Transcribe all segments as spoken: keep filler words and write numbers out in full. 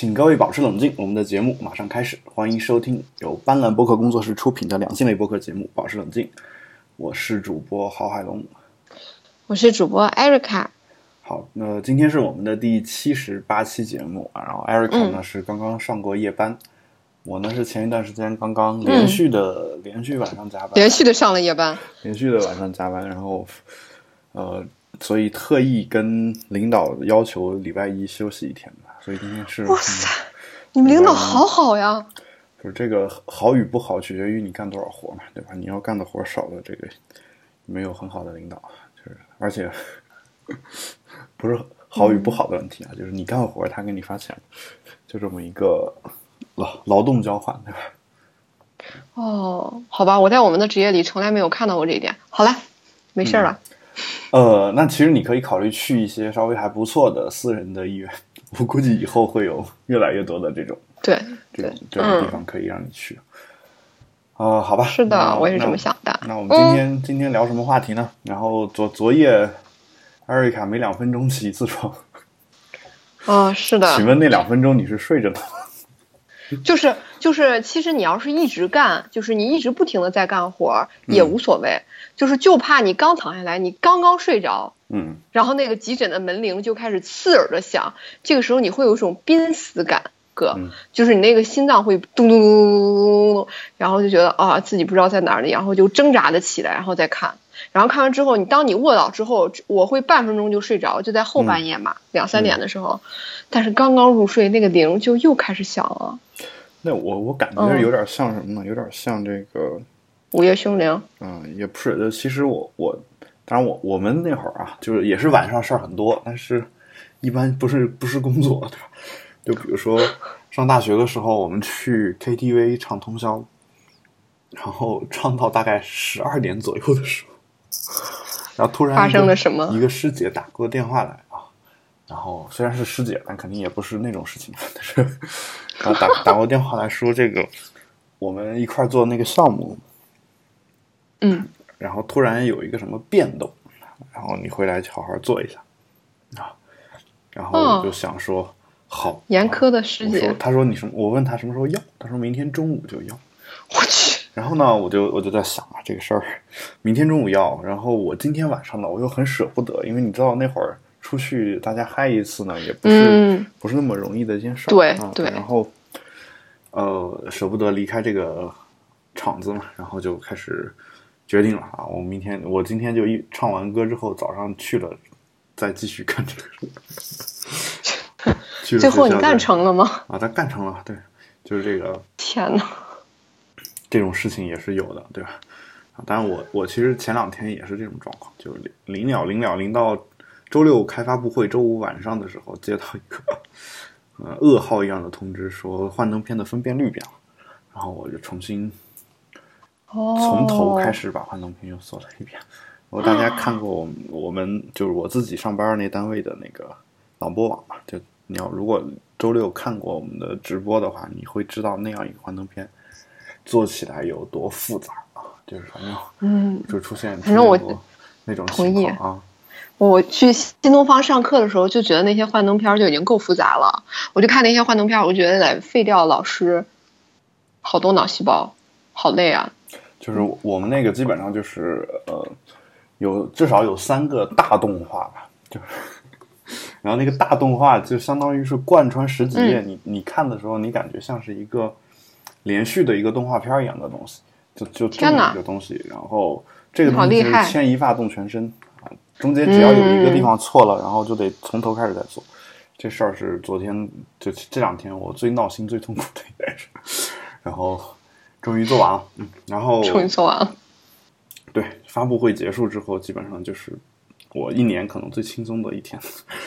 请各位保持冷静，我们的节目马上开始，欢迎收听由斑斓播客工作室出品的两性类播客节目《保持冷静》，我是主播郝海龙， 我是主播 Erica。 好，那今天是我们的第七十八期节目啊，然后 Erica 呢、嗯、是刚刚上过夜班，我呢是前一段时间刚刚连续的、嗯、连续晚上加班， 连续的上了夜班， 连续的晚上加班，然后呃，所以特意跟领导要求礼拜一休息一天吧，所以今天是哇塞，你们领导好好呀！ 就是这个好与不好取决于你干多少活嘛，对吧？你要干的活少了，这个没有很好的领导，就是而且不是好与不好的问题啊，嗯、就是你干活他给你发钱，就这么一个劳劳动交换，对吧？ 哦，好吧，我在我们的职业里从来没有看到过这一点。好了，没事了。 嗯、呃，那其实你可以考虑去一些稍微还不错的私人的医院，我估计以后会有越来越多的这种对这种这种地方可以让你去。啊、嗯呃，好吧， 是的，我也是这么想的。 那我们今天、嗯、今天聊什么话题呢？然后昨昨夜，艾瑞卡每两分钟起一次床。 哦，是的。 请问那两分钟你是睡着的吗？ 就是就是，其实你要是一直干，就是你一直不停的在干活也无所谓，嗯、就是就怕你刚躺下来，你刚刚睡着， 嗯， 然后那个急诊的门铃就开始刺耳的响，这个时候你会有一种濒死感，哥， 嗯、 就是你那个心脏会咚咚咚咚咚咚，然后就觉得啊自己不知道在哪里，然后就挣扎的起来，然后再看，然后看完之后，你当你卧倒之后，我会半分钟就睡着，就在后半夜嘛，两、嗯、三点的时候。嗯但是刚刚入睡，那个铃就又开始响了。 那我我感觉有点像什么呢？嗯、有点像这个午夜凶铃。 嗯，也不是。其实我我，当然我我们那会儿啊，就是也是晚上事儿很多，但是一般不是不是工作，对吧？就比如说上大学的时候，我们去 K T V 唱通宵，然后唱到大概十二点左右的时候，然后突然发生了什么？ 一个师姐打过电话来。然后虽然是师姐，但肯定也不是那种事情。但是，然后打打过电话来说，这个我们一块做那个项目， 嗯， 然后突然有一个什么变动，然后你回来好好做一下啊。然后我就想说，哦、好严苛的师姐。 他说你什么？我问他什么时候要，他说明天中午就要。 我去。 然后呢，我就我就在想啊，这个事儿，明天中午要。然后我今天晚上呢，我又很舍不得，因为你知道那会儿。出去大家嗨一次呢，也不是、嗯、不是那么容易的一件事。 对、 啊、 对。 然后，呃，舍不得离开这个场子嘛，然后就开始决定了啊，我明天我今天就一唱完歌之后，早上去了，再继续干这个。 最后你干成了吗？ 啊，他干成了，对，就是这个。 天哪！ 这种事情也是有的，对吧？啊，当然我我其实前两天也是这种状况，就是临了临了临到。周六开发布会，周五晚上的时候接到一个呃噩耗一样的通知，说幻灯片的分辨率变了，然后我就重新从头开始把幻灯片又做了一遍。如果大家看过我们我们就是我自己上班那单位的那个朗播网嘛，就你要如果周六看过我们的直播的话，你会知道那样一个幻灯片做起来有多复杂啊，就是反正嗯， 就出现反正我那种情况啊。 我去新东方上课的时候，就觉得那些幻灯片就已经够复杂了。我就看那些幻灯片，我就觉得得废掉老师好多脑细胞，好累啊。 就是我们那个基本上就是呃，有至少有三个大动画吧，就是然后那个大动画就相当于是贯穿十几页，嗯、你你看的时候，你感觉像是一个连续的一个动画片一样的东西，就就这么一个东西。然后这个东西就是牵一发动全身。中间只要有一个地方错了，嗯、然后就得从头开始再做。这事儿是昨天就这两天我最闹心、最痛苦的应该是。然后终于做完了，嗯，然后终于做完了。 对，发布会结束之后，基本上就是我一年可能最轻松的一天。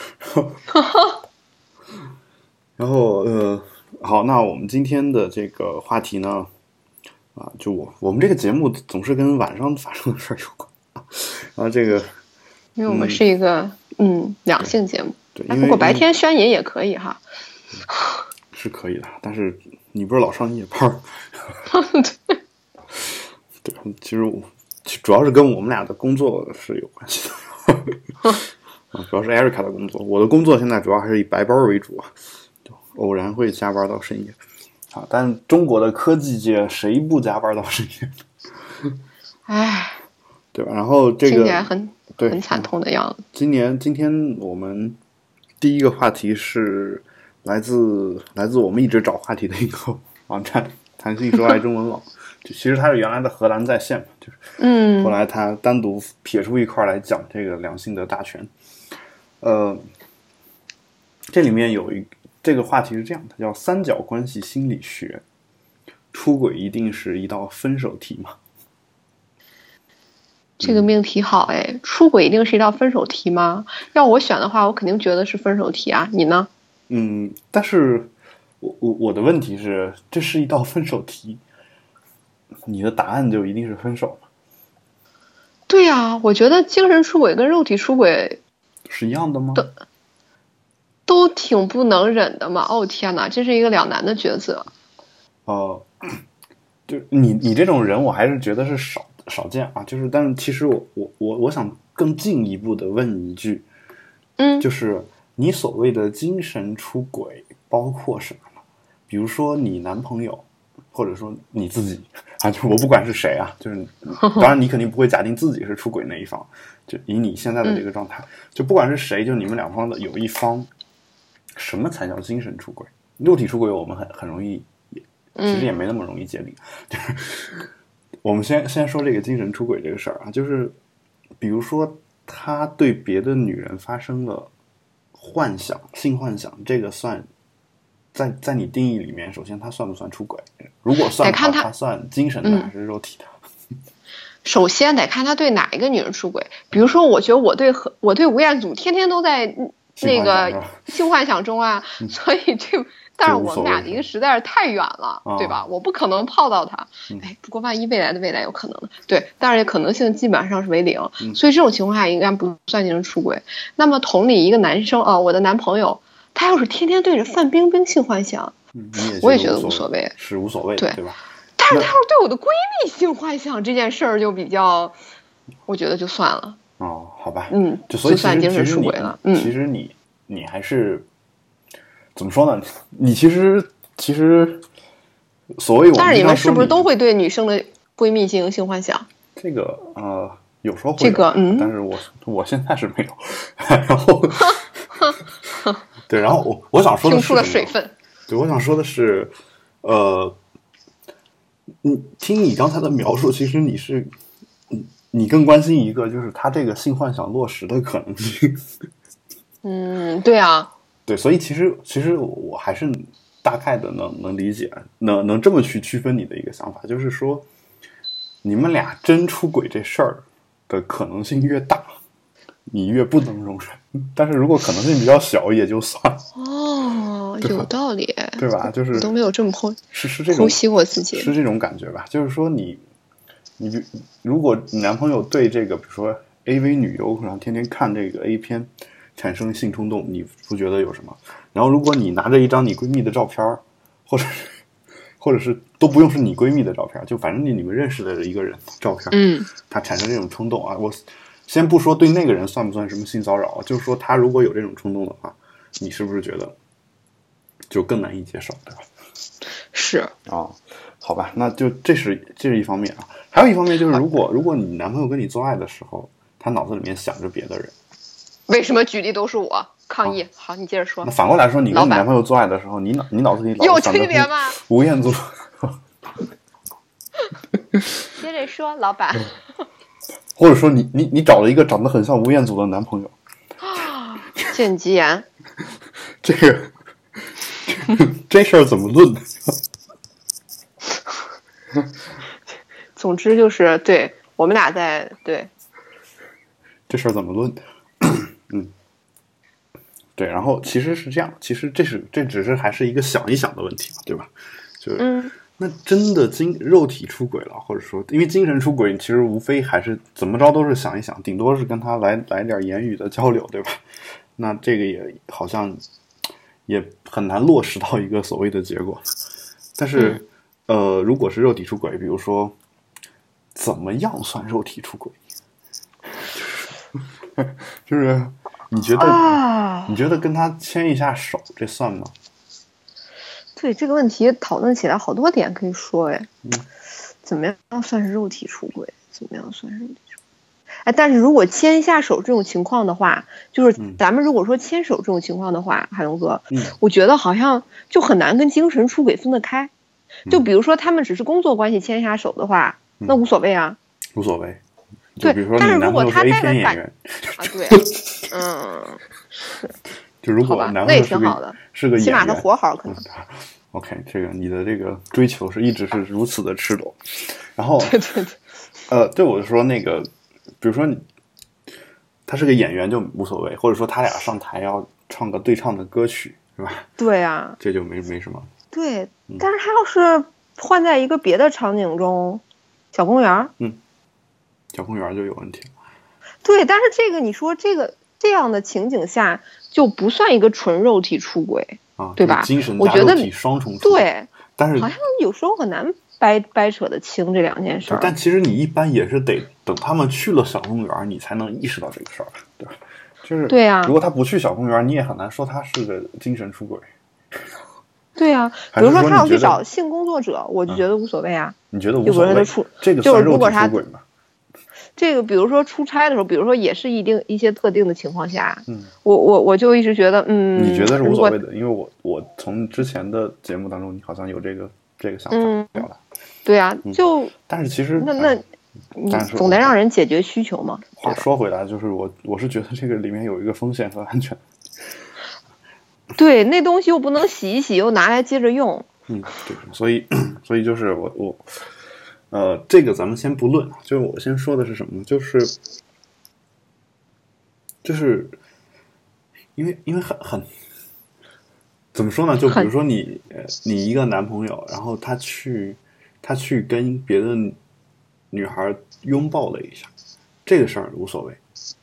然后呃，好，那我们今天的这个话题呢，啊，就我我们这个节目总是跟晚上发生的事儿有关啊，然后这个。 因为我们是一个 嗯, 嗯两性节目， 对， 不过白天宣言也可以哈， 是可以的，但是你不是老上夜班对，对，其实我主要是跟我们俩的工作是有关系的，主要是 Erica 的工作，我的工作现在主要还是以白班为主啊， 偶然会加班到深夜。啊，但中国的科技界谁不加班到深夜？ 唉， 对吧？然后这个听起来很对很惨痛的样子。 今年今天我们第一个话题是来自来自我们一直找话题的一个网站“谈性说爱中文网”，就其实它是原来的荷兰在线嘛，就是嗯， 后来它单独撇出一块来讲这个两性的大全。呃，这里面有一这个话题是这样的，叫三角关系心理学，出轨一定是一道分手题吗？ 这个命题好哎，出轨一定是一道分手题吗？要我选的话，我肯定觉得是分手题啊，你呢？ 嗯，但是我我我的问题是，这是一道分手题，你的答案就一定是分手吗？ 对呀、啊，我觉得精神出轨跟肉体出轨是一样的吗？ 都都挺不能忍的嘛！哦天哪，这是一个两难的抉择。 哦、呃，就你你这种人，我还是觉得是少少见啊。就是，但是其实我我我我想更进一步的问你一句， 嗯， 就是你所谓的精神出轨包括什么呢？比如说你男朋友，或者说你自己啊，就我不管是谁啊，就是当然你肯定不会假定自己是出轨那一方，就以你现在的这个状态，嗯、就不管是谁，就你们两方的有一方，什么才叫精神出轨？肉体出轨我们很很容易，其实也没那么容易界定。嗯、我们先先说这个精神出轨这个事儿啊，就是比如说他对别的女人发生了幻想、性幻想，这个算在在你定义里面，首先他算不算出轨？如果算的话，他算精神的还是肉体的？ 嗯、首先得看他对哪一个女人出轨。比如说，我觉得我对我对吴彦祖天天都在那个性幻想中啊， 嗯、 所以这但是我们俩离得实在是太远了， 哦、 对吧？我不可能泡到他。 嗯、 哎，不过万一未来的未来有可能的，对，但是可能性基本上是为零， 嗯、 所以这种情况下应该不算精神出轨。那么同理，一个男生啊、哦，我的男朋友。他要是天天对着范冰冰性幻想， 嗯、 我也觉得无所谓， 是无所谓的， 对, 对吧？ 但是他要是对我的闺蜜性幻想这件事儿，就比较，我觉得就算了。 哦，好吧， 嗯， 就所以就算精神出轨了。 嗯，其实你你还是怎么说呢？你其实其实所谓我们， 但是你们是不是都会对女生的闺蜜进行性幻想？ 这个呃，有时候会这个嗯， 但是我我现在是没有，然后。对，然后我我想说的是， 听出了水分。 对，我想说的是，呃，你听你刚才的描述，其实你是，你更关心一个，就是他这个性幻想落实的可能性。 嗯，对啊， 对，所以其实其实我还是大概的能能理解，能能这么去区分你的一个想法，就是说，你们俩真出轨这事儿的可能性越大，你越不能容忍。但是如果可能性比较小，也就算了。 哦，有道理， 对吧？就是我都没有这么剖是是这种剖析过自己， 是这种感觉吧？就是说你，你你如果你男朋友对这个，比如说 A V 女优，然后天天看这个 A 片，产生性冲动，你不觉得有什么？然后如果你拿着一张你闺蜜的照片，或者是或者是都不用是你闺蜜的照片，就反正你你们认识的一个人照片， 嗯， 他产生这种冲动啊，我。先不说对那个人算不算什么性骚扰，就是说他如果有这种冲动的话，你是不是觉得就更难以接受，对吧？ 是啊、哦，好吧，那就这是这是一方面啊，还有一方面就是如果如果你男朋友跟你做爱的时候，他脑子里面想着别的人， 为什么举例都是我抗议？啊、好，你接着说。 那反过来说，你跟你男朋友做爱的时候，你脑你脑子里有区别吗？ 吴彦祖， 接着说，老板。 或者说你你你找了一个长得很像吴彦祖的男朋友， 啊，见吉言， 这个这事儿怎么论呢？ 总之就是对我们俩在对这事儿怎么论？嗯，对，然后其实是这样，其实这是这只是还是一个想一想的问题嘛，对吧？就是嗯。 那真的精肉体出轨了，或者说因为精神出轨其实无非还是怎么着都是想一想，顶多是跟他来来点言语的交流，对吧？那这个也好像也很难落实到一个所谓的结果。但是、嗯、呃如果是肉体出轨，比如说怎么样算肉体出轨？就是你觉得、啊、你觉得跟他牵一下手这算吗？ 对这个问题讨论起来好多点可以说哎， 嗯， 怎么样算是肉体出轨？怎么样算是肉体出轨？哎，但是如果牵一下手这种情况的话，就是咱们如果说牵手这种情况的话，海龙哥， 嗯， 我觉得好像就很难跟精神出轨分得开。就比如说他们只是工作关系牵一下手的话， 嗯、 那无所谓啊， 无所谓。 对， 比如说但是如果他带着感啊，对，嗯，是。 就如果男朋友是个是个演员， 起码他活好可能。 OK， 这个你的这个追求是一直是如此的赤裸，然后对对对， 呃，对我说那个，比如说你他是个演员就无所谓，或者说他俩上台要唱个对唱的歌曲，是吧？ 对啊， 这就没没什么。 对，但是他要是换在一个别的场景中，小公园， 嗯，小公园就有问题了。 对，但是这个你说这个这样的情景下就不算一个纯肉体出轨啊， 对吧？ 精神我觉得双重出轨。 对， 但是好像有时候很难掰掰扯得清这两件事。 但其实你一般也是得等他们去了小公园，你才能意识到这个事儿，对吧？就是对呀、啊， 如果他不去小公园，你也很难说他是个精神出轨。 对呀、啊，比如说他要去找性工作者，我就觉得无所谓啊。 你觉得无所谓？这个就是如果他出轨吗？ 这个比如说出差的时候，比如说也是一定一些特定的情况下， 嗯， 我我我就一直觉得，嗯， 你觉得是无所谓的，因为我我从之前的节目当中，你好像有这个这个想法表达、 嗯。对啊，就、 嗯、但是其实那那，你总得让人解决需求嘛。 话说回来，就是我我是觉得这个里面有一个风险和安全。 对，那东西又不能洗一洗，又拿来接着用。 嗯，对，所以所以就是我我。呃，这个咱们先不论，就是我先说的是什么呢？就是就是因为因为很很怎么说呢？就比如说你呃，你一个男朋友，然后他去他去跟别的女孩拥抱了一下，这个事儿无所谓，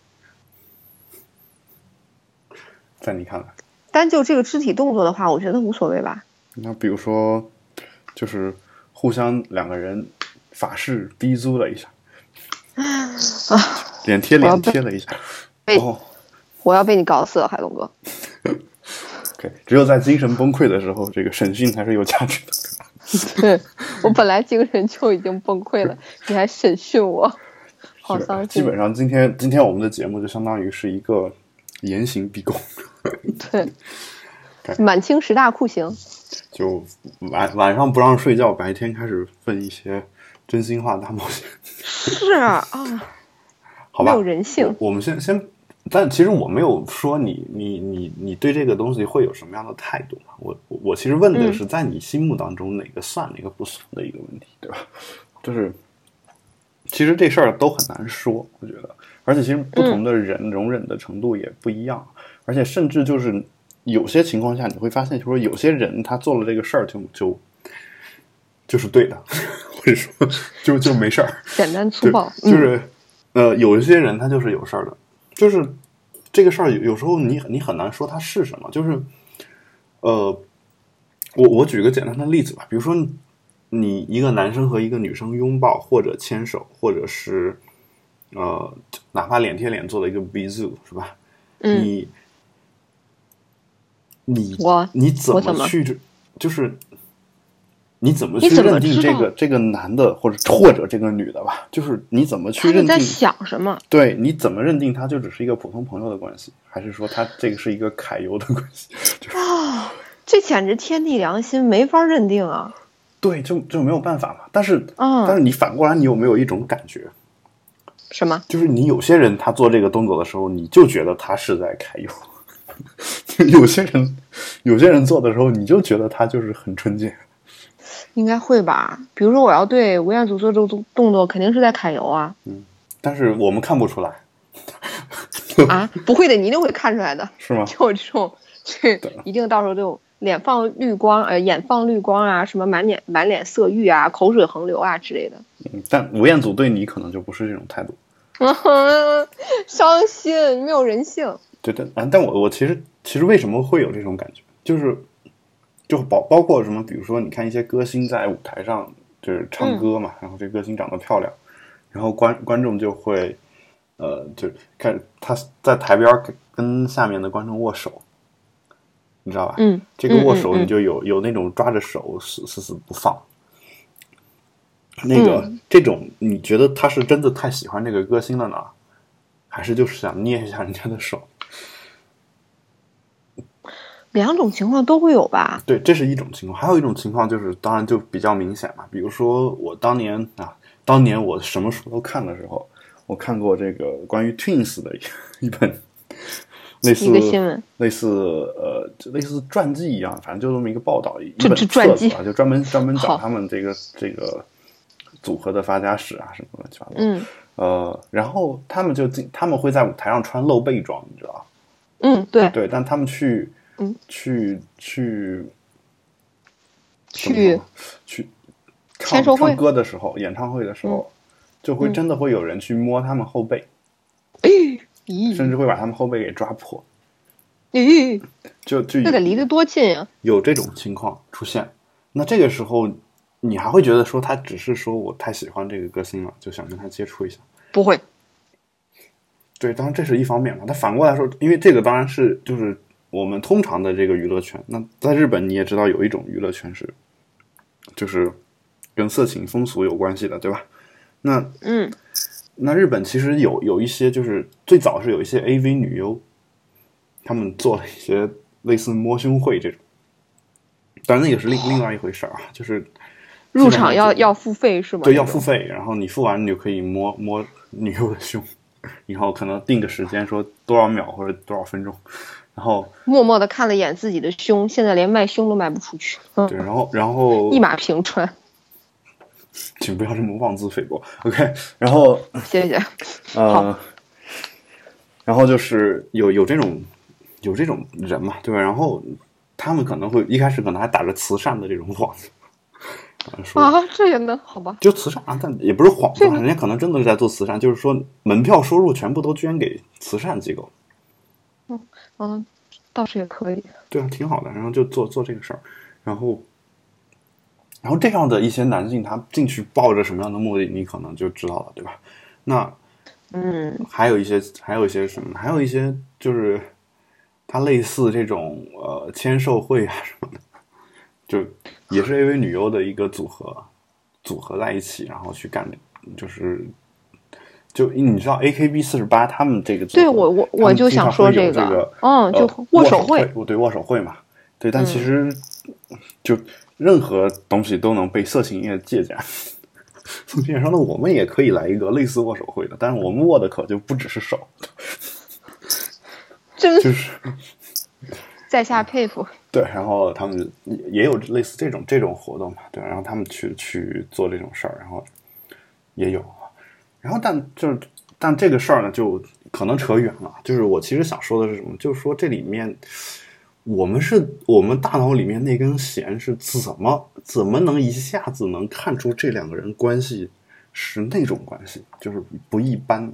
在你看来， 单就这个肢体动作的话，我觉得无所谓吧。 那比如说，就是互相两个人。法式逼租了一下， 啊， 脸贴脸贴了一下， 哦，我要被你搞死了，海龙哥。 OK， 只有在精神崩溃的时候，这个审讯才是有价值的。对，我本来精神就已经崩溃了，你还审讯我，好伤心。 基本上今天今天我们的节目就相当于是一个严刑逼供。 对，满清十大酷刑。 就晚晚上不让睡觉，白天开始问一些真心话大冒险。 是啊， 好吧， 没有人性。 我, 我们先先，但其实我没有说你你你你对这个东西会有什么样的态度嘛？我我其实问的是在你心目当中哪个算哪个不算的一个问题，对吧？就是其实这事儿都很难说，我觉得，而且其实不同的人容忍的程度也不一样，嗯、而且甚至就是有些情况下你会发现，就是说有些人他做了这个事儿就就就是对的，或者说就就没事儿， 简单粗暴， 就是、嗯、呃，有一些人他就是有事儿的，就是这个事儿有时候你你很难说它是什么，就是呃，我我举个简单的例子吧，比如说你一个男生和一个女生拥抱或者牵手，或者是呃，哪怕脸贴脸做了一个 bizu 是吧？ 嗯， 你你我你怎么去就是你怎么去认定这个这个男的或者或者这个女的吧？就是你怎么去认定他在想什么？ 对，你怎么认定他就只是一个普通朋友的关系，还是说他这个是一个揩油的关系？就是、 哦，这简直天地良心，没法认定啊！ 对，就就没有办法嘛。但是， 嗯， 但是你反过来，你有没有一种感觉？ 什么？ 就是你有些人他做这个动作的时候，你就觉得他是在揩油；有些人，有些人做的时候，你就觉得他就是很纯洁。 应该会吧？比如说，我要对吴彦祖做这种动作，肯定是在揩油啊。 嗯，但是我们看不出来。 啊，不会的，你一定会看出来的。 是吗？ 就这种，这一定到时候就脸放绿光，呃，眼放绿光啊，什么满脸满脸色欲啊，口水横流啊之类的。 嗯，但吴彦祖对你可能就不是这种态度。 伤心，没有人性。 对，但但我我其实其实为什么会有这种感觉，就是就包包括什么，比如说你看一些歌星在舞台上就是唱歌嘛，嗯、然后这歌星长得漂亮，然后观观众就会呃就看他在台边跟下面的观众握手， 你知道吧？ 嗯， 这个握手嗯嗯嗯你就有有那种抓着手死死死不放。那个、 嗯、 这种你觉得他是真的太喜欢这个歌星了呢，还是就是想捏一下人家的手？ 两种情况都会有吧？ 对，这是一种情况。还有一种情况就是，当然就比较明显嘛。比如说我当年啊，当年我什么书都看的时候，我看过这个关于 Twins 的一本类似一个新闻， 类似呃类似传记一样，反正就这么一个报道，一本册子啊，就专门专门讲他们这个这个组合的发家史啊，什么乱七八糟。 嗯， 呃，然后他们就他们会在舞台上穿露背装，你知道吧？ 嗯，对对，但他们去。 嗯， 去去去去唱唱歌的时候，演唱会的时候， 嗯、 就会真的会有人去摸他们后背， 嗯、 甚至会把他们后背给抓破。 嗯、 就就那得离得多近啊！ 有这种情况出现，那这个时候你还会觉得说他只是说我太喜欢这个歌星了，就想跟他接触一下？ 不会。 对，当然这是一方面嘛。他反过来说，因为这个当然是就是。我们通常的这个娱乐圈，那在日本你也知道有一种娱乐圈是，就是跟色情风俗有关系的，对吧？那嗯， 那日本其实有有一些，就是最早是有一些 A V 女优，他们做了一些类似摸胸会这种，当然那个是另另外一回事啊，就是入场要要付费是吗？ 对，要付费，然后你付完你就可以摸摸女优的胸，然后可能定个时间，说多少秒或者多少分钟。然后默默的看了一眼自己的胸，现在连卖胸都卖不出去。嗯、 对，然后然后一马平川， 请不要这么妄自菲薄。OK， 然后谢谢。 呃，然后就是有有这种有这种人嘛，对吧？然后他们可能会一开始可能还打着慈善的这种幌子， 啊，这也能好吧？ 就慈善啊，但也不是幌子，人家可能真的是在做慈善，就是说门票收入全部都捐给慈善机构。 嗯嗯，倒是也可以。 对啊，挺好的。然后就做做这个事儿，然后，然后这样的一些男性，他进去抱着什么样的目的，你可能就知道了，对吧？那， 嗯， 还有一些，还有一些什么？还有一些就是，他类似这种呃签售会啊什么的，就也是 A V 女优的一个组合，组合在一起，然后去干，就是。就你知道 A K B 四十八他们这个组合， 对我我我就想说这个，这个嗯，就握手会， 呃、对握手会嘛，对，但其实、嗯、就任何东西都能被色情业借鉴。从这点上呢，我们也可以来一个类似握手会的，但是我们握的可就不只是手， 真就是在下佩服。 对，然后他们也有类似这种这种活动嘛，对，然后他们去去做这种事儿，然后也有。然后但就是但这个事儿呢就可能扯远了，就是我其实想说的是什么，就是说这里面我们是我们大脑里面那根弦是怎么怎么能一下子能看出这两个人关系是那种关系，就是不一般。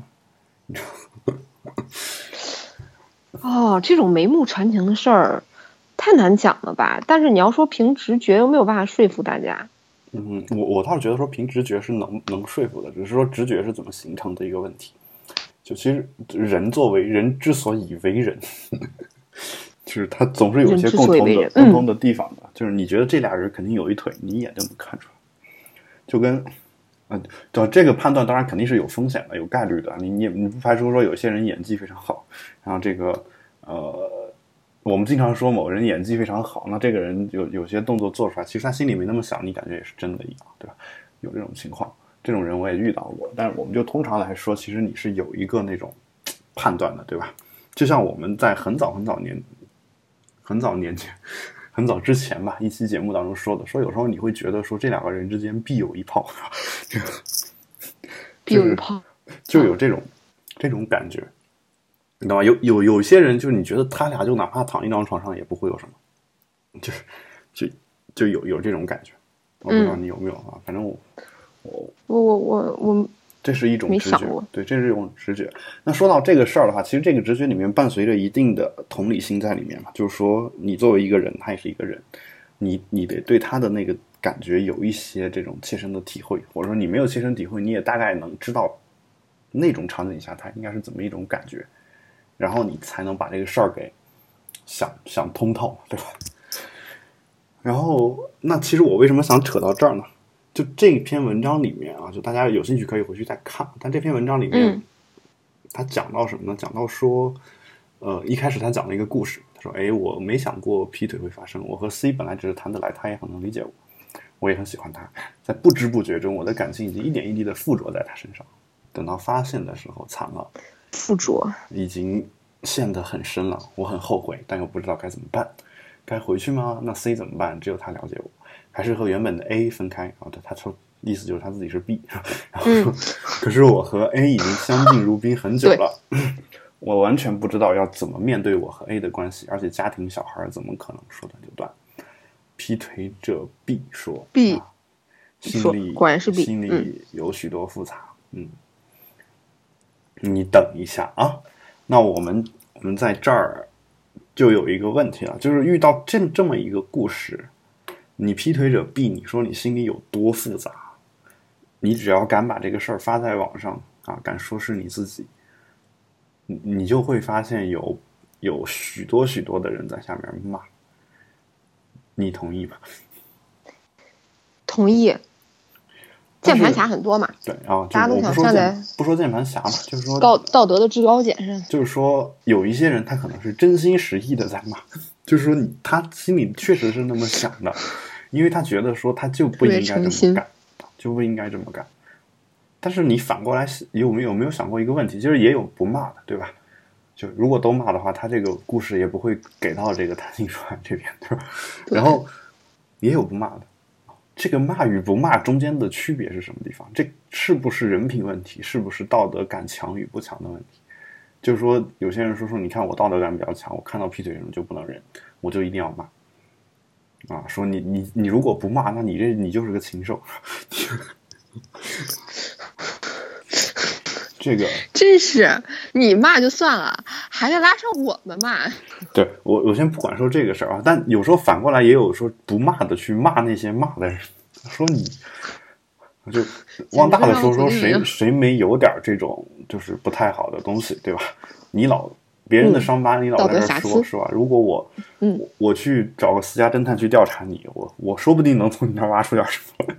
哦，这种眉目传情的事儿太难讲了吧？但是你要说凭直觉又没有办法说服大家。 嗯，我我倒是觉得说凭直觉是能能说服的，只是说直觉是怎么形成的一个问题。就其实人作为人之所以为人，就是他总是有一些共同的共同的地方的。就是你觉得这俩人肯定有一腿，你一眼就能看出来。就跟嗯，对这个判断当然肯定是有风险的，有概率的。你你你不排除说有些人演技非常好，然后这个呃。我们经常说某人演技非常好，那这个人有有些动作做出来，其实他心里没那么想，你感觉也是真的一样，对吧？有这种情况，这种人我也遇到过。但是我们就通常来说，其实你是有一个那种判断的，对吧？就像我们在很早很早年、很早年前、很早之前吧，一期节目当中说的，说有时候你会觉得说这两个人之间必有一炮， 必有一炮， 就有这种这种感觉。你知道吗？有有有些人，就是你觉得他俩就哪怕躺一张床上也不会有什么，就是就就有有这种感觉。我不知道你有没有啊？嗯、反正我我我我我我， 这是一种直觉，对，这是一种直觉。那说到这个事儿的话，其实这个直觉里面伴随着一定的同理心在里面嘛，就是说你作为一个人，他也是一个人，你你得对他的那个感觉有一些这种切身的体会，或者说你没有切身体会，你也大概能知道那种场景下他应该是怎么一种感觉。然后你才能把这个事儿给想想通透，对吧？然后，那其实我为什么想扯到这儿呢？就这篇文章里面啊，就大家有兴趣可以回去再看。但这篇文章里面， 嗯、 他讲到什么呢？讲到说，呃，一开始他讲了一个故事，他说：“哎，我没想过劈腿会发生。我和 C 本来只是谈得来，他也很能理解我，我也很喜欢他。在不知不觉中，我的感情已经一点一滴的附着在他身上。等到发现的时候，惨了， 附着已经陷得很深了。我很后悔，但又不知道该怎么办。该回去吗？那 C 怎么办？只有他了解我。还是和原本的 A 分开啊？对，他说意思就是他自己是 B， 然后说、嗯、可是我和 A 已经相敬如宾很久了，我完全不知道要怎么面对我和 A 的关系，而且家庭小孩怎么可能说断就断？劈腿者 B 说 B，、 啊、心里果然是 B， 心里有许多复杂，嗯，你等一下啊，那我们我们在这儿就有一个问题了，就是遇到这这么一个故事。你劈腿者 B， 你说你心里有多复杂？你只要敢把这个事儿发在网上啊，敢说是你自己，你你就会发现有有许多许多的人在下面骂。你同意吧？ 同意。键盘侠很多嘛？ 对啊， 大家都想站在不说键盘侠嘛，就是说道道德的制高点上。 就是说，有一些人他可能是真心实意的在骂，就是说你他心里确实是那么想的。因为他觉得说他就不应该这么干，就不应该这么干。但是你反过来有没有没有想过一个问题，就是也有不骂的，对吧？就如果都骂的话，他这个故事也不会给到这个谭性川这边，对吧？然后也有不骂的，这个骂与不骂中间的区别是什么地方？这是不是人品问题？是不是道德感强与不强的问题？就是说，有些人说说，你看我道德感比较强，我看到劈腿人就不能忍，我就一定要骂。啊，说你你你如果不骂，那你这你就是个禽兽。这个真是你骂就算了，还得拉上我们骂。 对，我我先不管说这个事儿啊，但有时候反过来也有说不骂的去骂那些骂的人，说你就往大的说说谁谁没有点这种就是不太好的东西，对吧？你老。别人的伤疤，你老在这说，是吧？如果我， 嗯， 我去找个私家侦探去调查你，我我说不定能从你那挖出点什么来，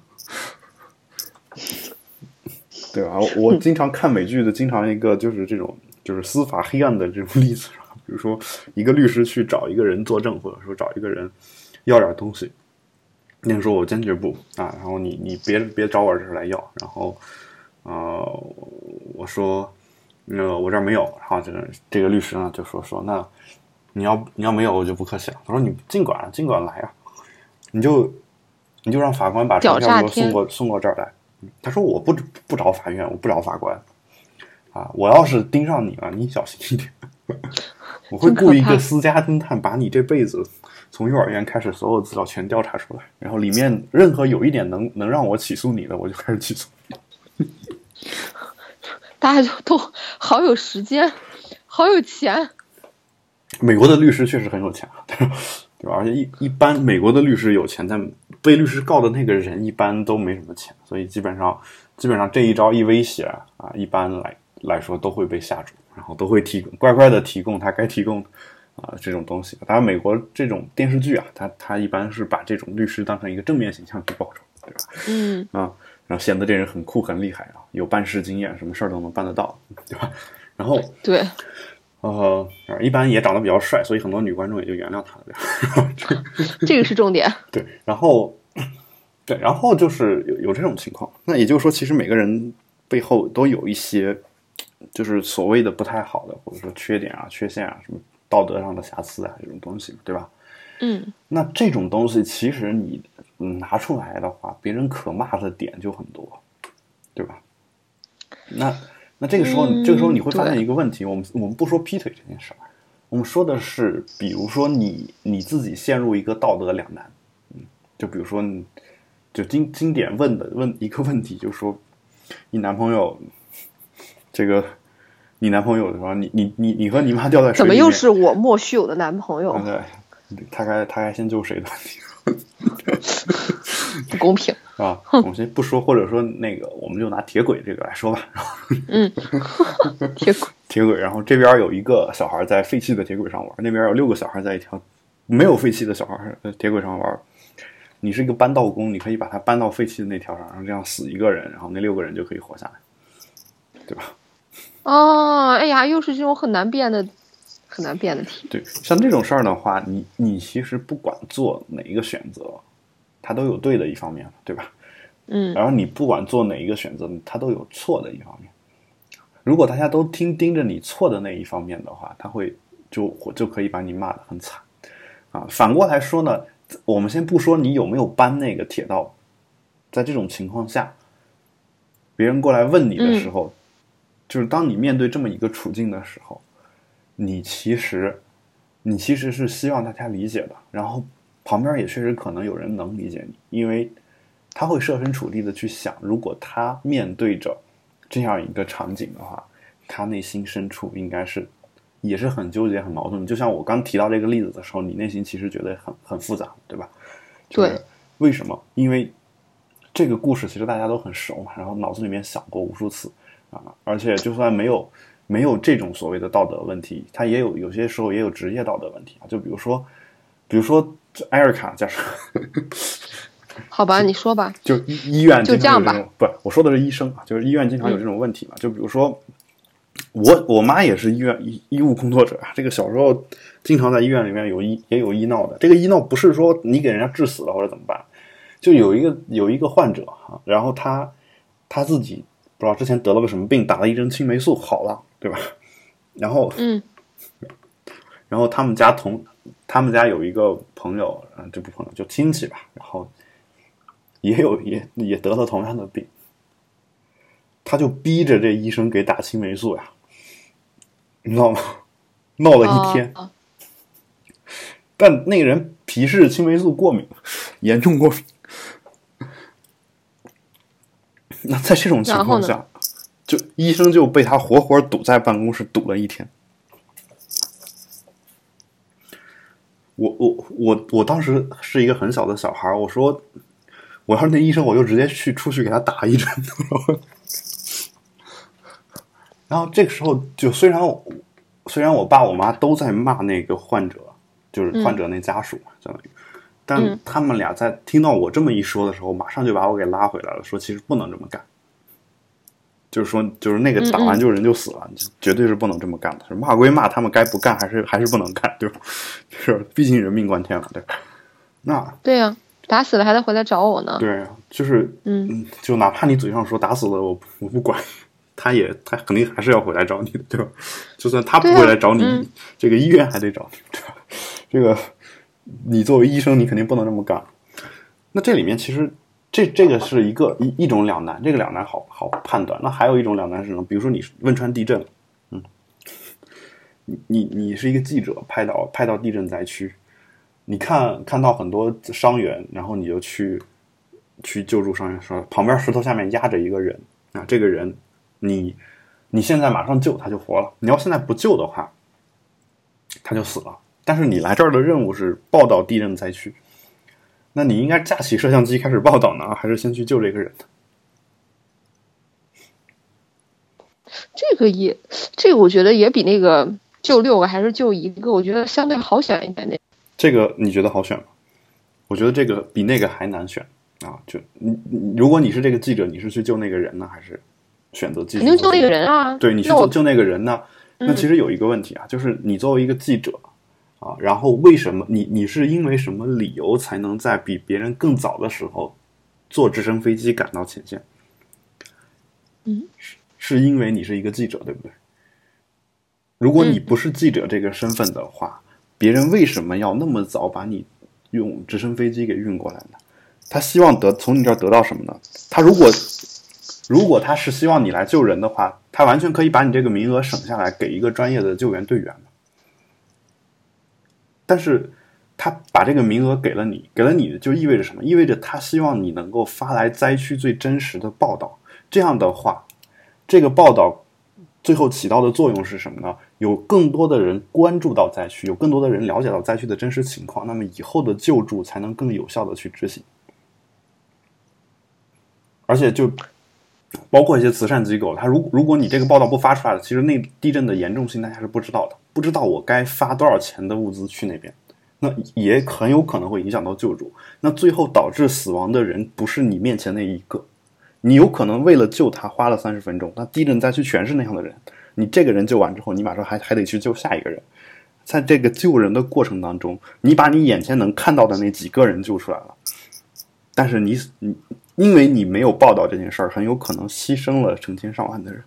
对吧？我经常看美剧的，经常一个就是这种就是司法黑暗的这种例子，比如说一个律师去找一个人作证，或者说找一个人要点东西，那个时候我坚决不啊，然后你你别别找我这儿来要，然后呃，我说。呃，我这儿没有，然后这个这个律师呢就说说，那你要你要没有我就不客气了。他说你尽管尽管来啊，你就你就让法官把传票给我送过送过这儿来。他说我不不找法院，我不找法官啊，我要是盯上你了，你小心一点，我会雇一个私家侦探把你这辈子从幼儿园开始所有资料全调查出来，然后里面任何有一点能能让我起诉你的，我就开始起诉你。 大家就都好有时间，好有钱。 美国的律师确实很有钱，对吧？而且一一般美国的律师有钱，但被律师告的那个人一般都没什么钱，所以基本上基本上这一招一威胁啊，一般来来说都会被吓住，然后都会提供乖乖的提供他该提供啊、呃、这种东西。当然，美国这种电视剧啊，他他一般是把这种律师当成一个正面形象去包装，对吧？ 嗯啊。然后显得这人很酷很厉害啊，有办事经验，什么事儿都能办得到，对吧？然后对， 呃，一般也长得比较帅，所以很多女观众也就原谅他了。 这个是重点。 对，然后对，然后就是有有这种情况。那也就是说，其实每个人背后都有一些就是所谓的不太好的，或者说缺点啊、缺陷啊，什么道德上的瑕疵啊这种东西，对吧？ 嗯， 那这种东西其实你。嗯，拿出来的话，别人可骂的点就很多，对吧？那那这个时候， 嗯、 这个时候你会发现一个问题，我们我们不说劈腿这件事儿，我们说的是，比如说你你自己陷入一个道德两难，嗯，就比如说，就经经典问的问一个问题，就是说，你男朋友，这个你男朋友是吧？你你你你和你妈掉在水里面， 怎么又是我莫须有的男朋友？ 对，他该他该先救谁的问题？ 不公平啊！我们先不说，或者说那个，我们就拿铁轨这个来说吧。 嗯，铁轨铁轨，然后这边有一个小孩在废弃的铁轨上玩，那边有六个小孩在一条没有废弃的小孩铁轨上玩。你是一个搬道工，你可以把它搬到废弃的那条上，然后这样死一个人，然后那六个人就可以活下来，对吧？ 哦，哎呀，又是这种很难变的、很难变的题。 对，像这种事儿的话，你你其实不管做哪一个选择，它都有对的一方面，对吧？ 嗯。 然后你不管做哪一个选择，它都有错的一方面。如果大家都听盯着你错的那一方面的话，他会就就可以把你骂得很惨啊。反过来说呢，我们先不说你有没有搬那个铁道，在这种情况下，别人过来问你的时候，嗯、就是当你面对这么一个处境的时候，你其实你其实是希望大家理解的，然后旁边也确实可能有人能理解你，因为他会设身处地的去想，如果他面对着这样一个场景的话，他内心深处应该是也是很纠结很矛盾。就像我刚提到这个例子的时候，你内心其实觉得很很复杂，对吧？ 对、 就是、为什么？因为这个故事其实大家都很熟嘛，然后脑子里面想过无数次啊，而且就算没有没有这种所谓的道德问题，他也有有些时候也有职业道德问题啊。就比如说比如说艾瑞卡假设好吧，你说吧。 就医院就这样吧。 不，我说的是医生啊，就是医院经常有这种问题嘛。嗯、就比如说，我我妈也是医院医医务工作者啊。这个小时候经常在医院里面有医也有医闹的。这个医闹不是说你给人家治死了或者怎么办，就有一个有一个患者啊，然后他他自己不知道之前得了个什么病，打了一针青霉素好了，对吧？然后嗯， 然后他们家同他们家有一个朋友，嗯，这不朋友就亲戚吧，然后。也有也也得了同样的病，他就逼着这医生给打青霉素呀，你知道吗？闹了一天， 哦、 但那个人皮是青霉素过敏，严重过敏。那在这种情况下，就医生就被他活活堵在办公室堵了一天。我我我我当时是一个很小的小孩，我说。我要是那医生，我就直接去出去给他打一针。然后这个时候，就虽然我虽然我爸我妈都在骂那个患者，就是患者那家属，相当于，但他们俩在听到我这么一说的时候，马上就把我给拉回来了，说其实不能这么干。就是说，就是那个打完就人就死了，嗯嗯绝对是不能这么干的。骂归骂，他们该不干还是还是不能干，对吧？就是毕竟人命关天了，对吧？那对呀、啊。打死了还得回来找我呢。 对，就是嗯，就哪怕你嘴上说打死了我我不管，他也他肯定还是要回来找你的，对吧？就算他不回来找你，啊嗯、这个医院还得找你，对吧？这个你作为医生，你肯定不能这么干。那这里面其实这这个是一个一一种两难，这个两难好好判断。那还有一种两难是什么？比如说你汶川地震，嗯，你你是一个记者，拍到拍到地震灾区。你看看到很多伤员，然后你就去去救助伤员，说旁边石头下面压着一个人啊，这个人你你现在马上救他就活了，你要现在不救的话他就死了。但是你来这儿的任务是报道地震灾区，那你应该架起摄像机开始报道呢，还是先去救这个人呢？ 这个也这个我觉得也比那个救六个还是救一个，我觉得相对好选一点点。 这个你觉得好选吗？我觉得这个比那个还难选啊！就你，如果你是这个记者，你是去救那个人呢，还是选择继续？ 肯定救那个人啊！ 对，你去救救那个人呢？那其实有一个问题啊，嗯、就是你作为一个记者啊，然后为什么你你是因为什么理由才能在比别人更早的时候坐直升飞机赶到前线？ 嗯， 是是因为你是一个记者，对不对？如果你不是记者这个身份的话。嗯别人为什么要那么早把你用直升飞机给运过来呢？他希望得从你这儿得到什么呢？他如果如果他是希望你来救人的话，他完全可以把你这个名额省下来，给一个专业的救援队员。但是他把这个名额给了你，给了你就意味着什么？意味着他希望你能够发来灾区最真实的报道。这样的话，这个报道最后起到的作用是什么呢？有更多的人关注到灾区，有更多的人了解到灾区的真实情况，那么以后的救助才能更有效的去执行。而且就包括一些慈善机构，它如如果你这个报道不发出来，其实那地震的严重性大家是不知道的，不知道我该发多少钱的物资去那边，那也很有可能会影响到救助。那最后导致死亡的人不是你面前那一个，你有可能为了救他花了三十分钟，那地震灾区全是那样的人，你这个人救完之后，你马上还还得去救下一个人。在这个救人的过程当中，你把你眼前能看到的那几个人救出来了，但是你你因为你没有报道这件事儿，很有可能牺牲了成千上万的人。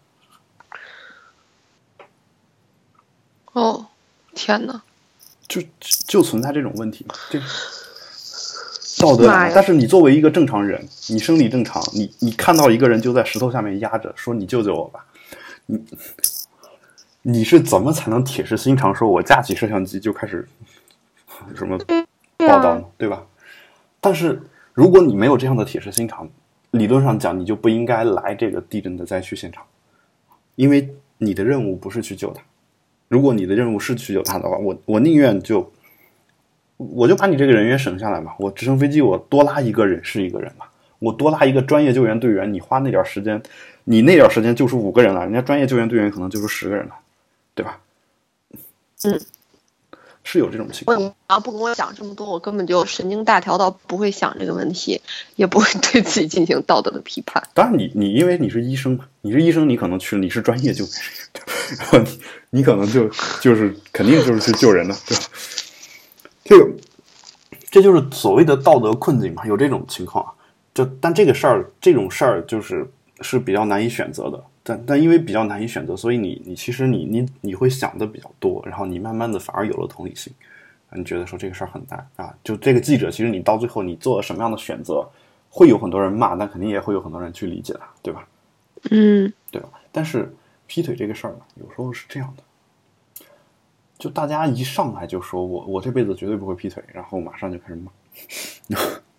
哦，天哪！ 就就存在这种问题嘛，这道德感。但是你作为一个正常人，你生理正常，你你看到一个人就在石头下面压着，说你救救我吧，你你是怎么才能铁石心肠说我架起摄像机就开始什么报道呢？对吧？但是如果你没有这样的铁石心肠，理论上讲你就不应该来这个地震的灾区现场，因为你的任务不是去救他。如果你的任务是去救他的话，我我宁愿就我就把你这个人员省下来嘛，我直升飞机我多拉一个人是一个人嘛，我多拉一个专业救援队员，你花那点时间，你那点时间救出五个人了，人家专业救援队员可能救出十个人了，对吧？ 嗯， 是有这种情况。 你要不跟我讲这么多，我根本就神经大条到不会想这个问题，也不会对自己进行道德的批判。 当然你，你因为你是医生嘛，你是医生，你可能去，你是专业救援人，然后你你可能就就是肯定就是去救人的，对吧？这个这就是所谓的道德困境嘛，有这种情况。就但这个事儿，这种事儿就是是比较难以选择的。但但因为比较难以选择，所以你你其实你你你会想的比较多，然后你慢慢的反而有了同理心，你觉得说这个事儿很难啊。就这个记者，其实你到最后你做了什么样的选择，会有很多人骂，但肯定也会有很多人去理解他，对吧？ 嗯， 对吧？但是劈腿这个事儿呢，有时候是这样的。就大家一上来就说我我这辈子绝对不会劈腿，然后马上就开始骂。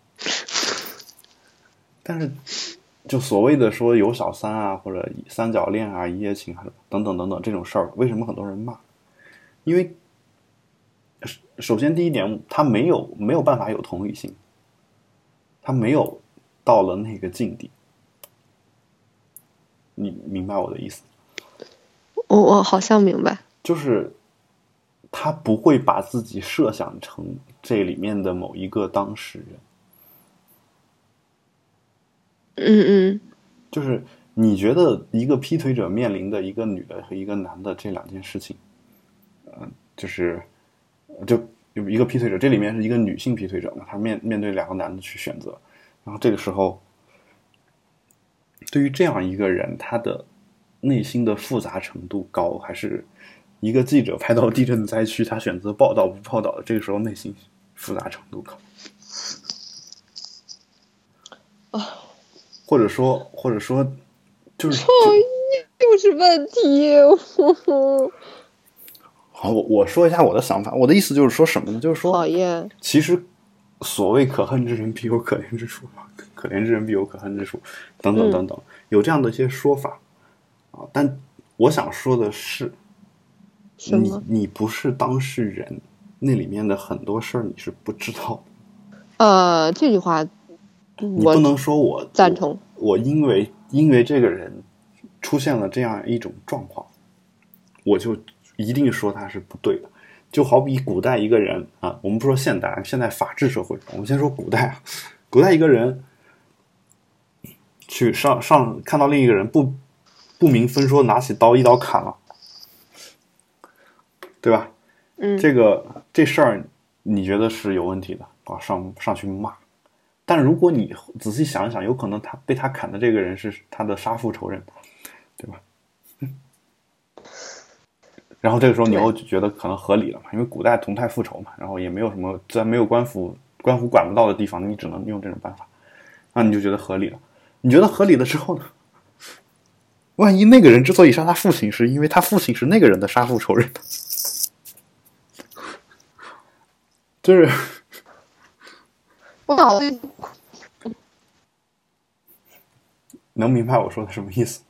但是就所谓的说有小三啊，或者三角恋啊、一夜情啊等等等等这种事儿，为什么很多人骂？因为首先第一点，他没有没有办法有同理心，他没有到了那个境地。你明白我的意思？ 我我好像明白， 就是他不会把自己设想成这里面的某一个当事人。 嗯嗯， 就是你觉得一个劈腿者面临的一个女的和一个男的这两件事情，呃，就是就有一个劈腿者，这里面是一个女性劈腿者嘛，她面面对两个男的去选择，然后这个时候，对于这样一个人，他的内心的复杂程度高，还是一个记者拍到地震灾区，他选择报道不报道的，这个时候内心复杂程度高？ 啊， 或者说，或者说，就是就是问题。 好，我我说一下我的想法。我的意思就是说什么呢？就是说， 讨厌。 其实所谓可恨之人必有可怜之处，可怜之人必有可恨之处，等等等等，嗯、有这样的一些说法啊。但我想说的是，你你不是当事人，那里面的很多事儿你是不知道的。 呃，这句话。 你不能说我赞同， 我, 我因为因为这个人出现了这样一种状况，我就一定说他是不对的。就好比古代一个人啊，我们不说现代，现在法治社会，我们先说古代啊。古代一个人去上上看到另一个人不不明分说，拿起刀一刀砍了，对吧？ 嗯， 这个这事儿你觉得是有问题的啊？上上去骂。但如果你仔细想一想，有可能他被他砍的这个人是他的杀父仇人，对吧？然后这个时候你又觉得可能合理了嘛，因为古代同态复仇嘛，然后也没有什么在没有官府官府管不到的地方，你只能用这种办法，那你就觉得合理了。你觉得合理了之后呢？万一那个人之所以杀他父亲，是因为他父亲是那个人的杀父仇人，就是我脑子能明白我说的什么意思？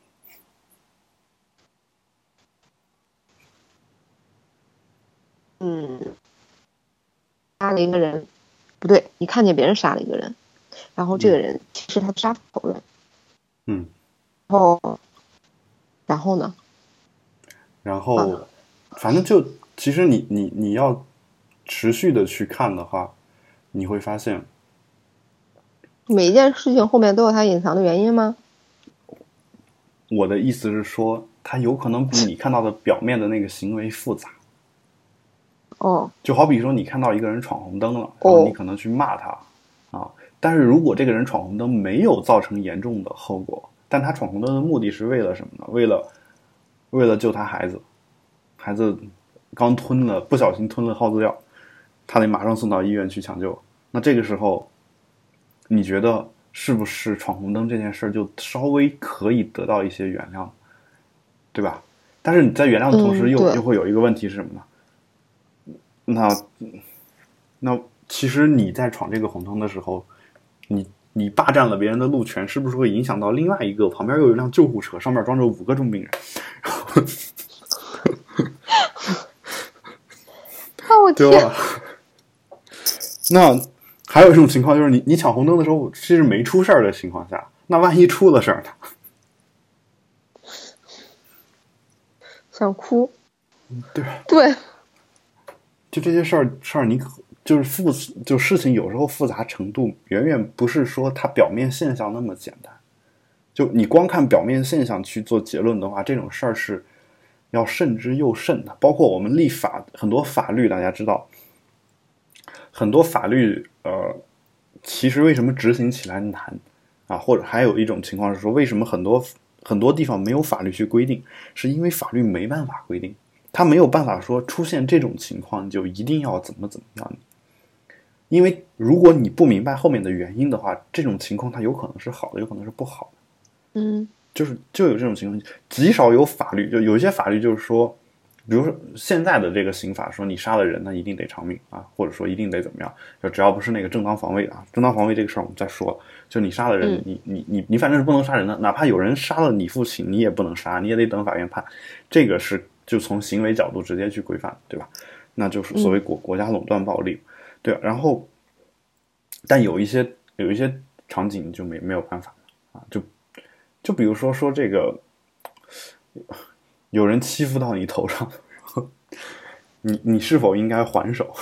嗯，杀了一个人，不对，你看见别人杀了一个人，然后这个人其实他杀父仇人， 嗯， 然后然后呢？ 然后反正就其实你你你要持续的去看的话，你会发现每一件事情后面都有它隐藏的原因吗？ 我的意思是说，它有可能比你看到的表面的那个行为复杂。 哦， 就好比说你看到一个人闯红灯了，然后你可能去骂他、哦、啊，但是如果这个人闯红灯没有造成严重的后果，但他闯红灯的目的是为了什么呢？为了为了救他孩子，孩子刚吞了不小心吞了耗子药，他得马上送到医院去抢救。那这个时候，你觉得是不是闯红灯这件事就稍微可以得到一些原谅，对吧？但是你在原谅的同时又、 嗯、 又会有一个问题是什么呢？那那其实你在闯这个红灯的时候，你你霸占了别人的路权，是不是会影响到另外一个旁边又有一辆救护车，上面装着五个重病人？ 啊，我天！ 对吧？那还有一种情况就是你你抢红灯的时候，其实没出事儿的情况下，那万一出了事儿呢？ 想哭。 对对。 就这些事儿事儿，你就是复就事情有时候复杂程度远远不是说它表面现象那么简单。就你光看表面现象去做结论的话，这种事儿是要慎之又慎的。包括我们立法，很多法律大家知道，很多法律呃，其实为什么执行起来难啊？或者还有一种情况是说，为什么很多很多地方没有法律去规定，是因为法律没办法规定。他没有办法说出现这种情况就一定要怎么怎么样，因为如果你不明白后面的原因的话，这种情况它有可能是好的，有可能是不好的。嗯， 就是就有这种情况，极少有法律，就有一些法律就是说，比如说现在的这个刑法说你杀了人那一定得偿命啊，或者说一定得怎么样，就只要不是那个正当防卫啊，正当防卫这个事儿我们再说，就你杀了人， 嗯、 你你你你反正是不能杀人的，哪怕有人杀了你父亲，你也不能杀，你也得等法院判，这个是。就从行为角度直接去规范，对吧？那就是所谓国国家垄断暴力，对吧？然后，但有一些有一些场景就没没有办法啊，就就比如说说这个，有人欺负到你头上，然后你你是否应该还手？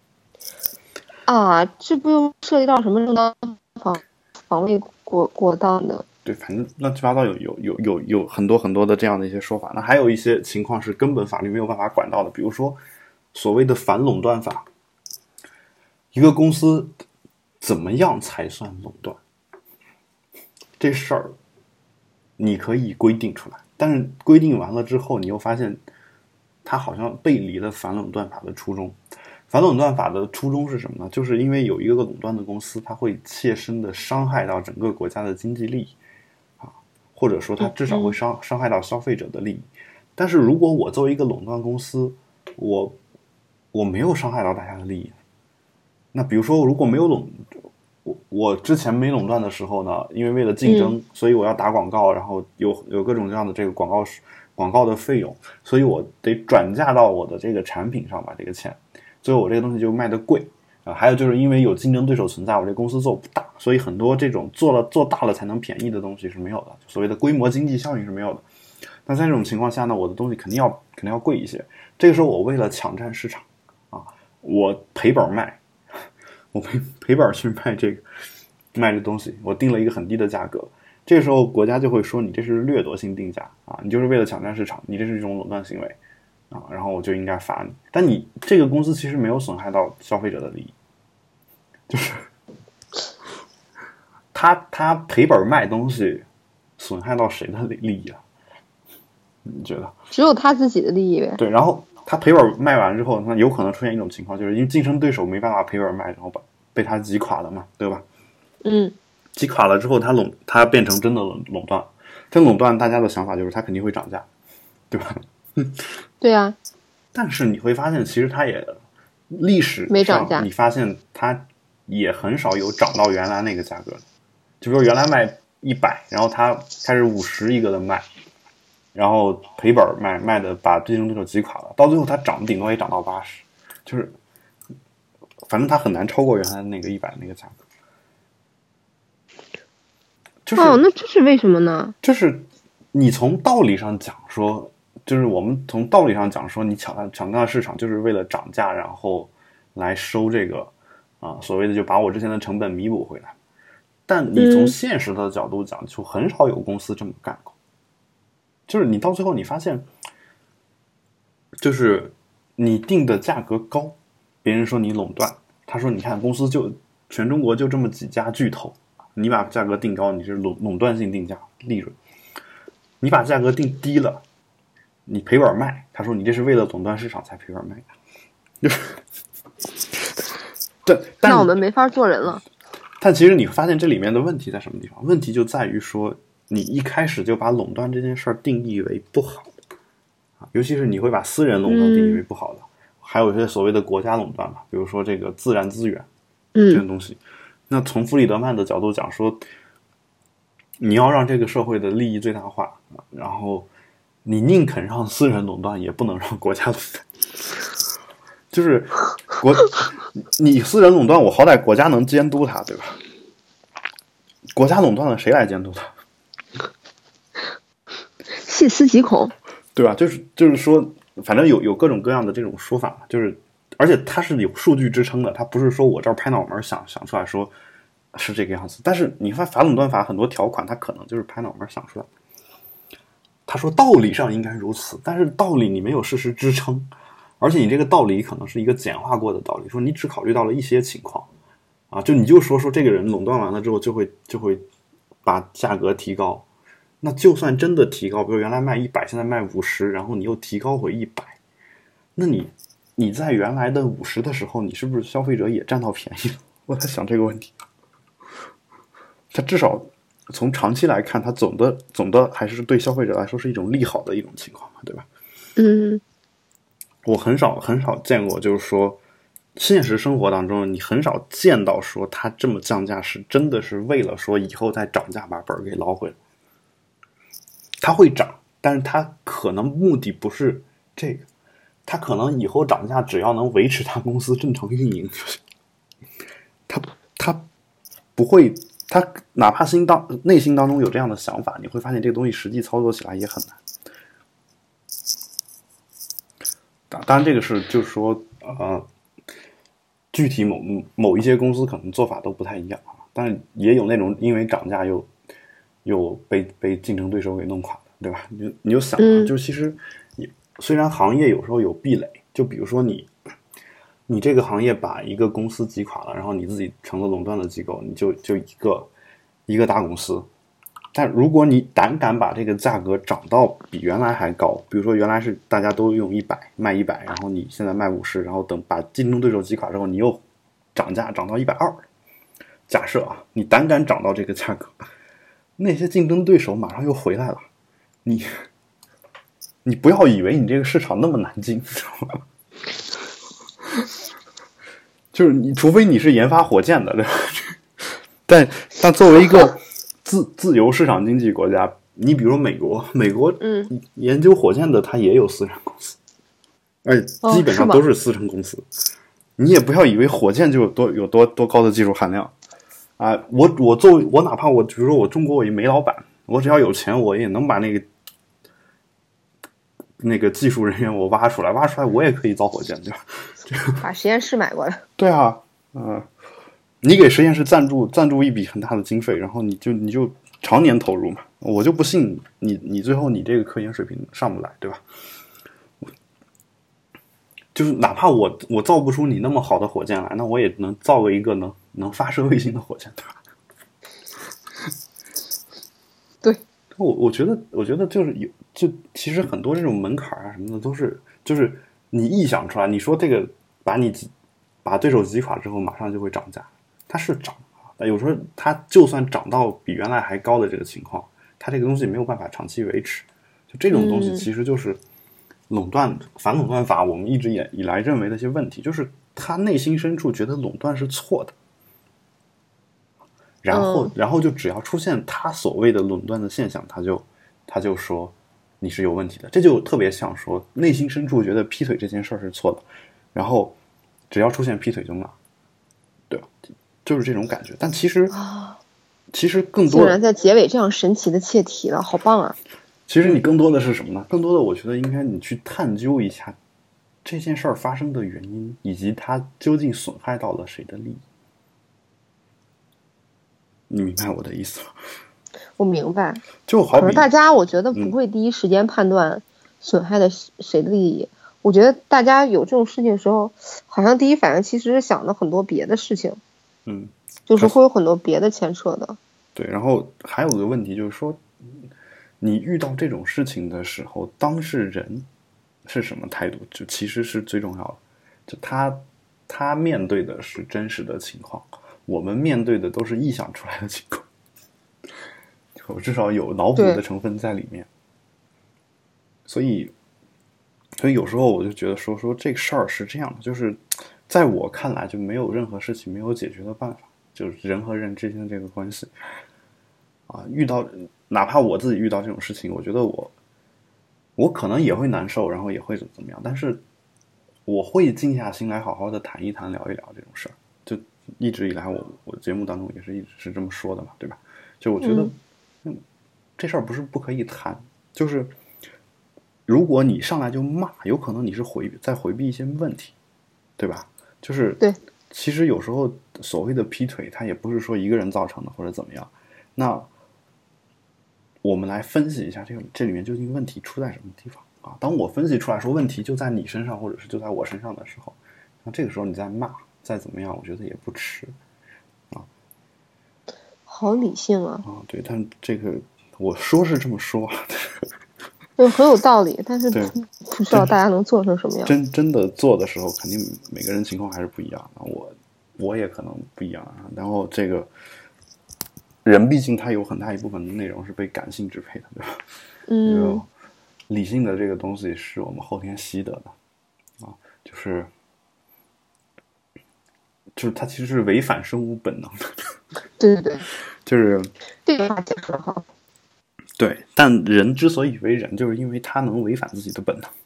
啊，这不又涉及到什么正当防防卫过过当的？ 对，反正乱七八糟有有有有有很多很多的这样的一些说法。那还有一些情况是根本法律没有办法管到的，比如说所谓的反垄断法，一个公司怎么样才算垄断？这事儿你可以规定出来，但是规定完了之后，你又发现它好像背离了反垄断法的初衷。反垄断法的初衷是什么呢？就是因为有一个垄断的公司，它会切身的伤害到整个国家的经济利益。或者说它至少会伤伤害到消费者的利益，但是如果我作为一个垄断公司，我我没有伤害到大家的利益，那比如说如果没有垄，我我之前没垄断的时候呢，因为为了竞争， 嗯、 所以我要打广告，然后有有各种各样的这个广告广告的费用，所以我得转嫁到我的这个产品上吧，这个钱，所以我这个东西就卖得贵。啊，还有就是因为有竞争对手存在，我这公司做不大，所以很多这种做了做大了才能便宜的东西是没有的，所谓的规模经济效应是没有的。那在这种情况下呢，我的东西肯定要肯定要贵一些。这个时候我为了抢占市场啊，我赔本卖，我赔赔本去卖这个卖这东西，我定了一个很低的价格。这个时候国家就会说你这是掠夺性定价啊，你就是为了抢占市场，你这是一种垄断行为。啊，然后我就应该罚你，但你这个公司其实没有损害到消费者的利益，就是他他赔本卖东西，损害到谁的利益啊？你觉得？ 只有他自己的利益呗。 对，然后他赔本卖完之后，那有可能出现一种情况，就是因为竞争对手没办法赔本卖，然后把被他击垮了嘛，对吧？ 嗯， 击垮了之后，他垄他变成真的垄垄断，这垄断大家的想法就是他肯定会涨价，对吧？ 对啊， 但是你会发现，其实它也历史没涨价， 你发现它也很少有涨到原来那个价格。就说原来卖一百，然后它开始五十一个的卖，然后赔本卖，卖的把竞争对手击垮了，到最后它涨顶多也涨到八十，就是反正它很难超过原来那个一百那个价格。 就是哦，那这是为什么呢？ 就是你从道理上讲说，就是我们从道理上讲说，你抢占抢占市场就是为了涨价，然后来收这个啊、所谓的就把我之前的成本弥补回来。但你从现实的角度讲，就很少有公司这么干过。就是你到最后你发现，就是你定的价格高，别人说你垄断，他说你看公司就全中国就这么几家巨头，你把价格定高，你是垄垄断性定价利润；你把价格定低了，你赔本卖，他说你这是为了垄断市场才赔本卖。就是但但那我们没法做人了。 但其实你发现这里面的问题在什么地方？问题就在于说，你一开始就把垄断这件事儿定义为不好的啊，尤其是你会把私人垄断定义为不好的，嗯、还有一些所谓的国家垄断嘛，比如说这个自然资源，嗯，这种东西。那从弗里德曼的角度讲说，你要让这个社会的利益最大化，然后你宁肯让私人垄断，也不能让国家垄断。就是国，你私人垄断，我好歹国家能监督它，对吧？国家垄断了，谁来监督它？ 细思极恐， 对吧？就是就是说，反正有有各种各样的这种说法嘛，就是而且它是有数据支撑的，它不是说我这儿拍脑门想想出来说是这个样子。但是你看反垄断法很多条款，它可能就是拍脑门想出来。他说道理上应该如此，但是道理你没有事实支撑。而且你这个道理可能是一个简化过的道理，说你只考虑到了一些情况，啊，就你就说说这个人垄断完了之后就会就会把价格提高，那就算真的提高，比如原来卖一百，现在卖五十，然后你又提高回一百，那你你在原来的五十的时候，你是不是消费者也占到便宜了？我在想这个问题。它至少从长期来看，它总的总的还是对消费者来说是一种利好的一种情况嘛，对吧？ 嗯。 我很少很少见过，就是说，现实生活当中，你很少见到说他这么降价是真的是为了说以后再涨价把本儿给捞回来。他会涨，但是他可能目的不是这个，他可能以后涨价只要能维持他公司正常运营就行。他他不会，他哪怕心当内心当中有这样的想法，你会发现这个东西实际操作起来也很难。当然这个是就是说呃具体某某一些公司可能做法都不太一样，但是也有那种因为涨价又又被被竞争对手给弄垮的，对吧？你你就想啊，嗯、就其实虽然行业有时候有壁垒，就比如说你你这个行业把一个公司击垮了，然后你自己成了垄断的机构，你就就一个一个大公司。但如果你胆敢把这个价格涨到比原来还高，比如说原来是大家都用一百卖一百，然后你现在卖五十，然后等把竞争对手击垮之后，你又涨价涨到一百二。假设啊，你胆敢涨到这个价格，那些竞争对手马上又回来了，你你不要以为你这个市场那么难进，知道吗？就是你除非你是研发火箭的，对吧？但但作为一个自自由市场经济国家，你比如说美国，美国嗯研究火箭的它也有私人公司，而且基本上都是私人公司。哦、你也不要以为火箭就有多有多多高的技术含量啊！我我作为我哪怕我比如说我中国我一煤老板，我只要有钱，我也能把那个那个技术人员我挖出来，挖出来我也可以造火箭，对吧？ 把实验室买过来。 对啊，嗯、呃。你给实验室赞助赞助一笔很大的经费，然后你就你就常年投入嘛，我就不信你你最后你这个科研水平上不来，对吧？就是哪怕我我造不出你那么好的火箭来，那我也能造个一个能能发射卫星的火箭，对吧？ 对， 我我觉得我觉得就是有就其实很多这种门槛啊什么的都是就是你臆想出来，你说这个把你把对手击垮之后马上就会涨价。它是涨啊，有时候它就算涨到比原来还高的这个情况，它这个东西没有办法长期维持。就这种东西其实就是垄断、嗯、反垄断法我们一直以来认为的一些问题，就是他内心深处觉得垄断是错的，然后、嗯、然后就只要出现他所谓的垄断的现象，他就他就说你是有问题的。这就特别像说内心深处觉得劈腿这件事是错的，然后只要出现劈腿就骂，对吧？就是这种感觉。但其实其实更多竟然在结尾这样神奇的切题了，好棒啊！ 其实你更多的是什么呢？更多的我觉得应该你去探究一下这件事儿发生的原因，以及它究竟损害到了谁的利益。你明白我的意思吗？ 我明白， 就好比可能大家我觉得不会第一时间判断损害的谁的利益、嗯、我觉得大家有这种事情的时候，好像第一反应其实是想的很多别的事情， 嗯， 就是会有很多别的牵扯的。 对，然后还有个问题就是说，你遇到这种事情的时候，当事人是什么态度，就其实是最重要的。就他他面对的是真实的情况，我们面对的都是臆想出来的情况，我至少有脑补的成分在里面。所以，所以有时候我就觉得说说这个事儿是这样的，就是在我看来就没有任何事情没有解决的办法，就是人和人之间的这个关系啊，遇到哪怕我自己遇到这种事情，我觉得我我可能也会难受，然后也会怎么怎么样，但是我会静下心来好好的谈一谈聊一聊这种事儿。就一直以来我我节目当中也是一直是这么说的嘛，对吧？就我觉得、嗯、这事儿不是不可以谈，就是如果你上来就骂，有可能你是回在回避一些问题，对吧？就是对， 其实有时候所谓的劈腿它也不是说一个人造成的或者怎么样，那我们来分析一下这个这里面究竟问题出在什么地方啊？当我分析出来说问题就在你身上或者是就在我身上的时候，那这个时候你再骂再怎么样我觉得也不迟啊。 好理性啊！ 啊，对，但这个我说是这么说， 对，很有道理，但是不知道大家能做成什么样。 真真的做的时候，肯定每个人情况还是不一样的。我我也可能不一样啊。然后这个人毕竟他有很大一部分的内容是被感性支配的，对吧？ 嗯， 理性的这个东西是我们后天习得的啊，就是就是它其实是违反生物本能的。 对对对， 就是这个话讲得好。 对，但人之所以为人，就是因为他能违反自己的本能。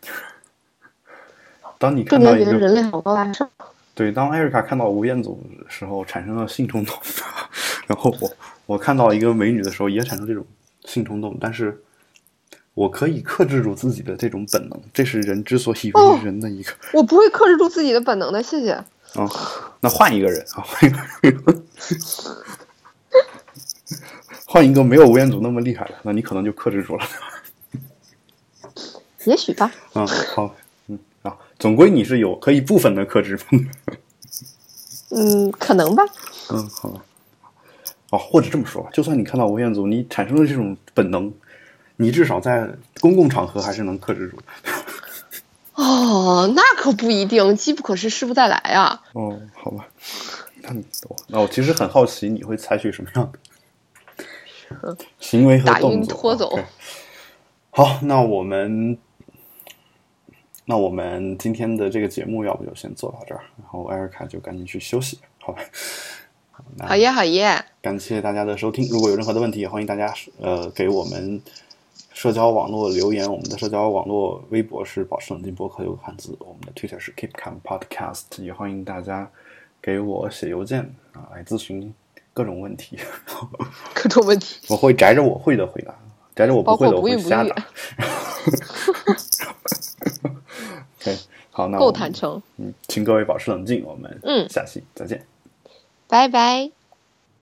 当你看到一个人类好高大上， 对，当艾瑞卡看到吴彦祖的时候产生了性冲动，然后我我看到一个美女的时候也产生这种性冲动，但是我可以克制住自己的这种本能，这是人之所以为人的一个。哦、 我不会克制住自己的本能的，谢谢。 哦，那换一个人啊，换一个人。换一个没有吴彦祖那么厉害的，那你可能就克制住了。 也许吧。 嗯，好，嗯啊，总归你是有可以部分的克制。 嗯，可能吧。 嗯，好。哦，或者这么说吧，就算你看到吴彦祖，你产生了这种本能，你至少在公共场合还是能克制住的。 哦，那可不一定，机不可失，失不再来啊。 哦，好吧。那那我其实很好奇，你会采取什么样的行为和动作？ 打晕拖走。 Okay. 好，那我们那我们今天的这个节目要不就先做到这儿，然后艾瑞卡就赶紧去休息，好吧？ 好耶，好耶！ 感谢大家的收听，如果有任何的问题，也欢迎大家呃给我们社交网络留言。我们的社交网络微博是保持冷静播客有个汉字，我们的 Twitter 是 Keep Calm Podcast， 也欢迎大家给我写邮件啊来咨询各种问题。 各种问题， 我会摘着我会的回答，摘着我不会的我会瞎答。OK， 好，那够坦诚。 嗯，请各位保持冷静，我们嗯下期再见， 拜拜。